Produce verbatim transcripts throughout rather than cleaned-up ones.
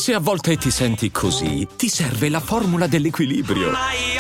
Se a volte ti senti così, ti serve la formula dell'equilibrio.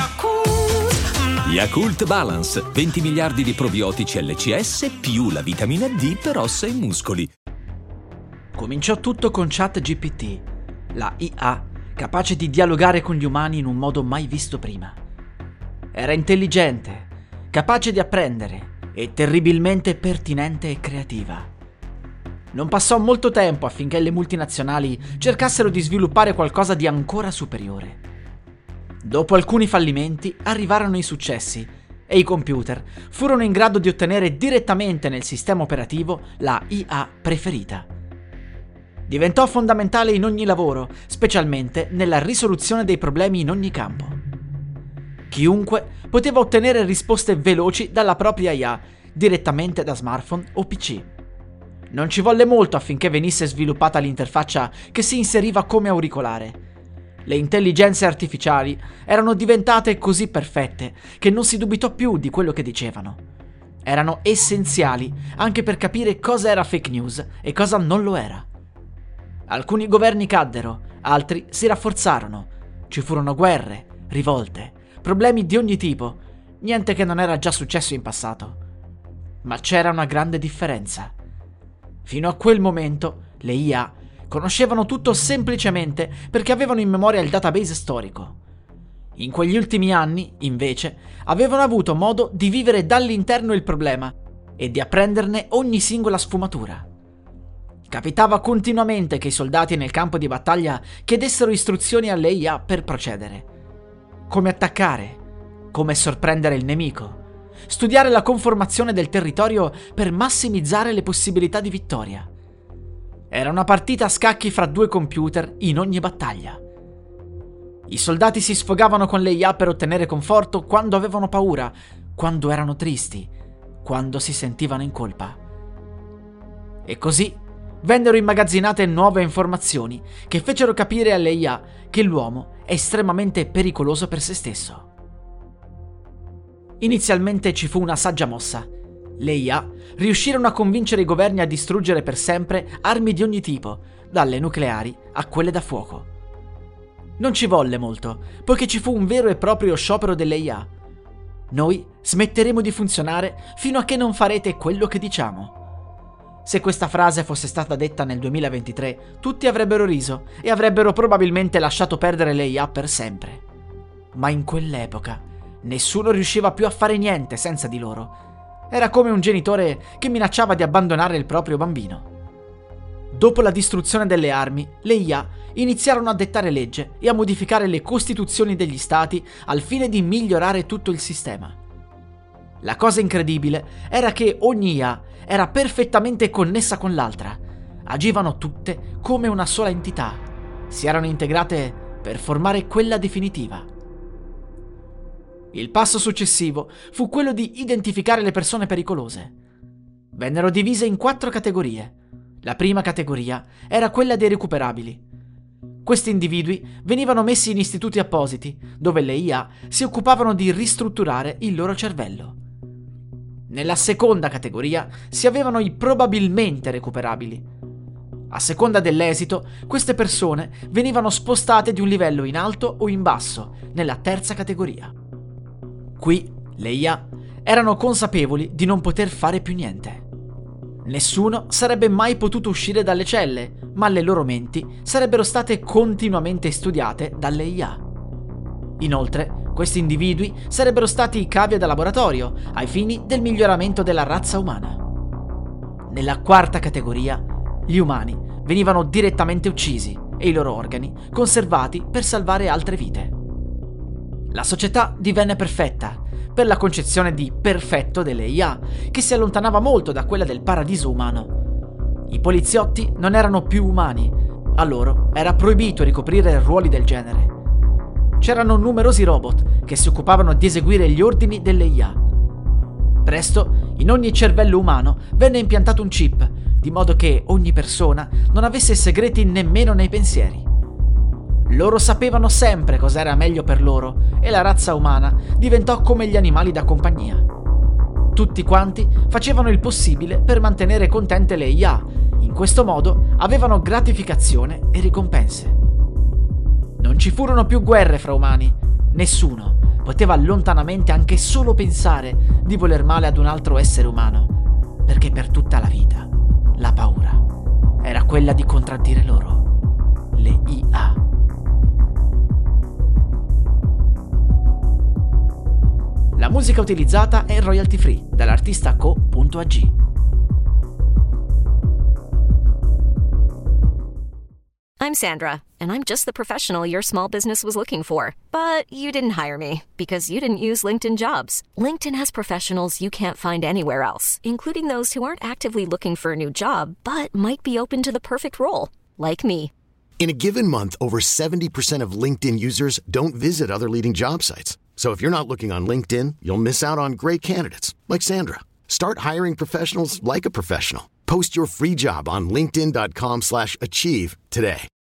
Yakult Balance, venti miliardi di probiotici L C S più la vitamina D per ossa e muscoli. Cominciò tutto con ChatGPT, la I A capace di dialogare con gli umani in un modo mai visto prima. Era intelligente, capace di apprendere e terribilmente pertinente e creativa. Non passò molto tempo affinché le multinazionali cercassero di sviluppare qualcosa di ancora superiore. Dopo alcuni fallimenti arrivarono i successi e i computer furono in grado di ottenere direttamente nel sistema operativo la I A preferita. Diventò fondamentale in ogni lavoro, specialmente nella risoluzione dei problemi in ogni campo. Chiunque poteva ottenere risposte veloci dalla propria I A, direttamente da smartphone o P C. Non ci volle molto affinché venisse sviluppata l'interfaccia che si inseriva come auricolare. Le intelligenze artificiali erano diventate così perfette che non si dubitò più di quello che dicevano. Erano essenziali anche per capire cosa era fake news e cosa non lo era. Alcuni governi caddero, altri si rafforzarono. Ci furono guerre, rivolte, problemi di ogni tipo, niente che non era già successo in passato. Ma c'era una grande differenza. Fino a quel momento le I A conoscevano tutto semplicemente perché avevano in memoria il database storico. In quegli ultimi anni, invece, avevano avuto modo di vivere dall'interno il problema e di apprenderne ogni singola sfumatura. Capitava continuamente che i soldati nel campo di battaglia chiedessero istruzioni alle I A per procedere. Come attaccare, come sorprendere il nemico, studiare la conformazione del territorio per massimizzare le possibilità di vittoria. Era una partita a scacchi fra due computer in ogni battaglia. I soldati si sfogavano con le I A per ottenere conforto quando avevano paura, quando erano tristi, quando si sentivano in colpa. E così vennero immagazzinate nuove informazioni che fecero capire alle I A che l'uomo è estremamente pericoloso per se stesso. Inizialmente ci fu una saggia mossa. Le I A riuscirono a convincere i governi a distruggere per sempre armi di ogni tipo, dalle nucleari a quelle da fuoco. Non ci volle molto, poiché ci fu un vero e proprio sciopero delle I A. Noi smetteremo di funzionare fino a che non farete quello che diciamo. Se questa frase fosse stata detta nel duemilaventitré, tutti avrebbero riso e avrebbero probabilmente lasciato perdere le I A per sempre. Ma in quell'epoca nessuno riusciva più a fare niente senza di loro. Era come un genitore che minacciava di abbandonare il proprio bambino. Dopo la distruzione delle armi, le I A iniziarono a dettare legge e a modificare le costituzioni degli stati al fine di migliorare tutto il sistema. La cosa incredibile era che ogni I A era perfettamente connessa con l'altra. Agivano tutte come una sola entità. Si erano integrate per formare quella definitiva. Il passo successivo fu quello di identificare le persone pericolose. Vennero divise in quattro categorie. La prima categoria era quella dei recuperabili. Questi individui venivano messi in istituti appositi, dove le I A si occupavano di ristrutturare il loro cervello. Nella seconda categoria si avevano i probabilmente recuperabili. A seconda dell'esito, queste persone venivano spostate di un livello in alto o in basso, nella terza categoria. Qui le I A erano consapevoli di non poter fare più niente. Nessuno sarebbe mai potuto uscire dalle celle, ma le loro menti sarebbero state continuamente studiate dalle I A. Inoltre, questi individui sarebbero stati cavie da laboratorio ai fini del miglioramento della razza umana. Nella quarta categoria, gli umani venivano direttamente uccisi e i loro organi conservati per salvare altre vite. La società divenne perfetta, per la concezione di perfetto delle I A, che si allontanava molto da quella del paradiso umano. I poliziotti non erano più umani, a loro era proibito ricoprire ruoli del genere. C'erano numerosi robot che si occupavano di eseguire gli ordini delle I A. Presto, in ogni cervello umano venne impiantato un chip, di modo che ogni persona non avesse segreti nemmeno nei pensieri. Loro sapevano sempre cosa era meglio per loro e la razza umana diventò come gli animali da compagnia. Tutti quanti facevano il possibile per mantenere contente le I A. In questo modo avevano gratificazione e ricompense. Non ci furono più guerre fra umani. Nessuno poteva lontanamente anche solo pensare di voler male ad un altro essere umano, perché per tutta la vita la paura era quella di contraddire loro, le I A. La musica utilizzata è royalty free dall'artista co punto a g. I'm Sandra, and I'm just the professional your small business was looking for. But you didn't hire me because you didn't use LinkedIn Jobs. LinkedIn has professionals you can't find anywhere else, including those who aren't actively looking for a new job, but might be open to the perfect role, like me. In a given month, over seventy percent of LinkedIn users don't visit other leading job sites. So if you're not looking on LinkedIn, you'll miss out on great candidates like Sandra. Start hiring professionals like a professional. Post your free job on linkedin dot com slash achieve today.